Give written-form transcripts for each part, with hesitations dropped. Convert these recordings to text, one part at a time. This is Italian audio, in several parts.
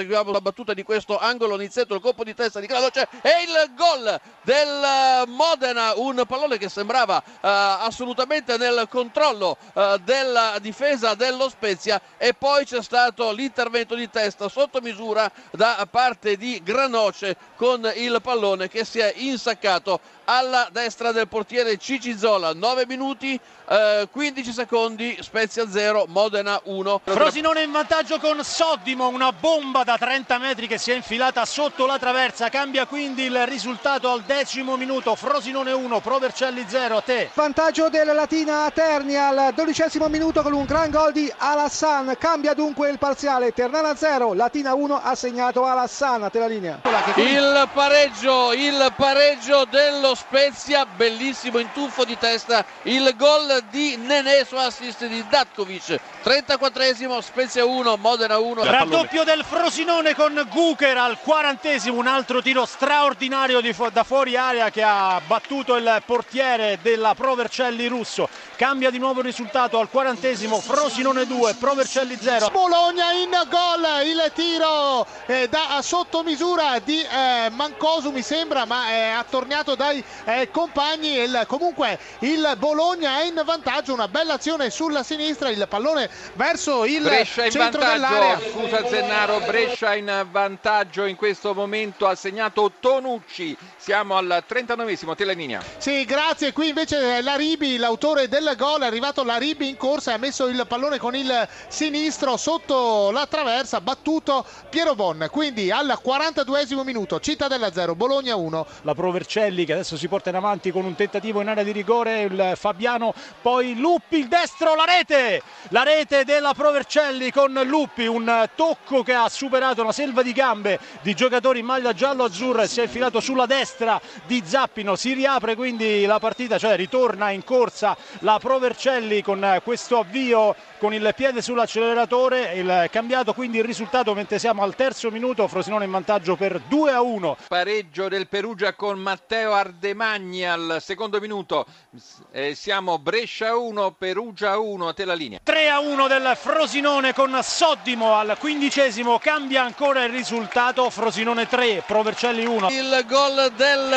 proseguiamo la battuta di questo angolo. Iniziato il colpo di testa di Granoce e il gol del Modena, un pallone che sembrava assolutamente nel controllo della difesa dello Spezia, e poi c'è stato l'intervento di testa sotto misura da parte di Granoce con il pallone che si è insaccato alla destra del portiere Cicizola. 9 minuti 15 secondi, Spezia 0, Modena 1. Frosinone in vantaggio con Soddimo, una bomba da 30 metri che si è infilata sotto la traversa, cambia quindi il risultato al 10° minuto. Frosinone 1, Pro Vercelli 0. A te. Vantaggio della Latina Terni al 12° minuto con un gran gol di Alassan, cambia dunque il parziale. Ternana 0, Latina 1, ha segnato Alassan. A te la linea. Il pareggio dello Spezia, bellissimo intuffo di testa, il gol di Nenè su assist di Datkovic. 34esimo, Spezia 1, Modena 1. Raddoppio del Frosinone con Gucher al 40esimo, un altro tiro straordinario da fuori area che ha battuto il portiere della Pro Vercelli Russo. Cambia di nuovo il risultato al 40esimo, Frosinone 2, Pro Vercelli 0. Bologna in gol, il tiro da sottomisura di Mancosu mi sembra, ma è attorniato dai compagni. Comunque il Bologna è in vantaggio, una bella azione sulla sinistra, il pallone verso il centro dell'area. Scusa Zennaro, Brescia in vantaggio in questo momento, ha segnato Tonucci. Siamo al 39esimo, te la linea. Sì, grazie. Qui invece Laribi, l'autore del gol, è arrivato Laribi in corsa e ha messo il pallone con il sinistro sotto la traversa, battuto Piero Bon. Quindi al 42esimo minuto, Cittadella 0, Bologna 1. La Pro Vercelli che adesso si porta in avanti con un tentativo in area di rigore, il Fabiano, poi Luppi, il destro, la rete della Pro Vercelli con Luppi, un tocco che ha superato una selva di gambe di giocatori in maglia giallo-azzurra e si è infilato sulla destra di Zappino. Si riapre quindi la partita, cioè ritorna in corsa la Pro Vercelli con questo avvio con il piede sull'acceleratore. Il cambiato quindi il risultato mentre siamo al 3° minuto, Frosinone in vantaggio per 2-1. Pareggio del Perugia con Matteo Ardemagni al 2° minuto. Siamo Brescia 1, Perugia 1. A te la linea. 3-1 del Frosinone con Soddimo al 15esimo, cambia ancora il risultato, Frosinone 3, Pro Vercelli 1. Il gol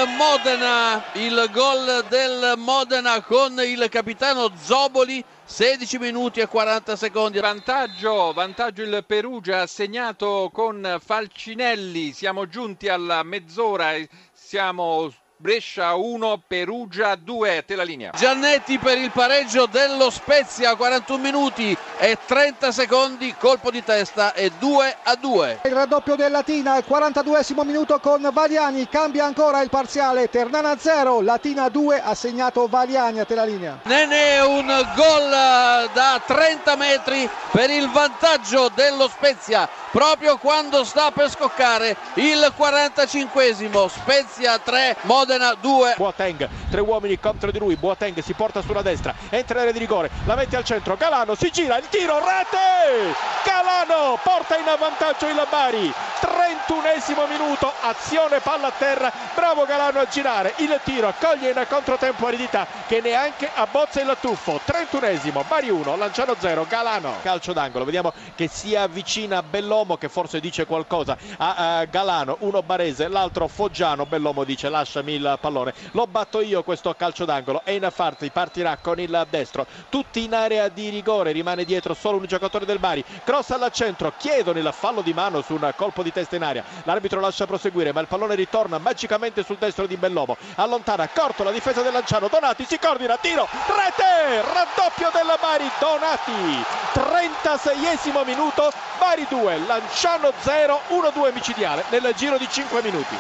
del Modena con il capitano Zoboli, 16 minuti e 40 secondi. Vantaggio il Perugia, ha segnato con Falcinelli. Siamo giunti alla mezz'ora, siamo Brescia 1, Perugia 2. A te la linea. Giannetti per il pareggio dello Spezia, 41 minuti e 30 secondi, colpo di testa e 2-2. Il raddoppio del Latina al 42esimo minuto con Valiani, cambia ancora il parziale. Ternana 0, Latina 2, ha segnato Valiani. A te la linea. Nenè, un gol da 30 metri per il vantaggio dello Spezia proprio quando sta per scoccare il 45esimo. Spezia 3, Modena 2. Boateng, 3 uomini contro di lui. Boateng si porta sulla destra, entra in area di rigore, la mette al centro. Galano si gira, il tiro, rete! Galano porta in vantaggio il Bari. 31esimo minuto, azione palla a terra, bravo Galano a girare il tiro, coglie in controtempo Aridità che neanche abbozza il tuffo. 31esimo, Bari 1, Lanciano 0, Galano. Calcio d'angolo, vediamo che si avvicina Bellomo che forse dice qualcosa a Galano, uno barese, l'altro foggiano. Bellomo dice lasciami il pallone, lo batto io questo calcio d'angolo, e infatti partirà con il destro, tutti in area di rigore, rimane dietro solo un giocatore del Bari, cross al centro, chiedono il fallo di mano su un colpo di testa in aria, l'arbitro lascia proseguire ma il pallone ritorna magicamente sul destro di Bellomo, allontana corto la difesa del Lanciano, Donati si coordina, tiro, rete, raddoppio della Bari, Donati. 36esimo minuto, Bari 2, Lanciano 0, 1-2 micidiale nel giro di 5 minuti.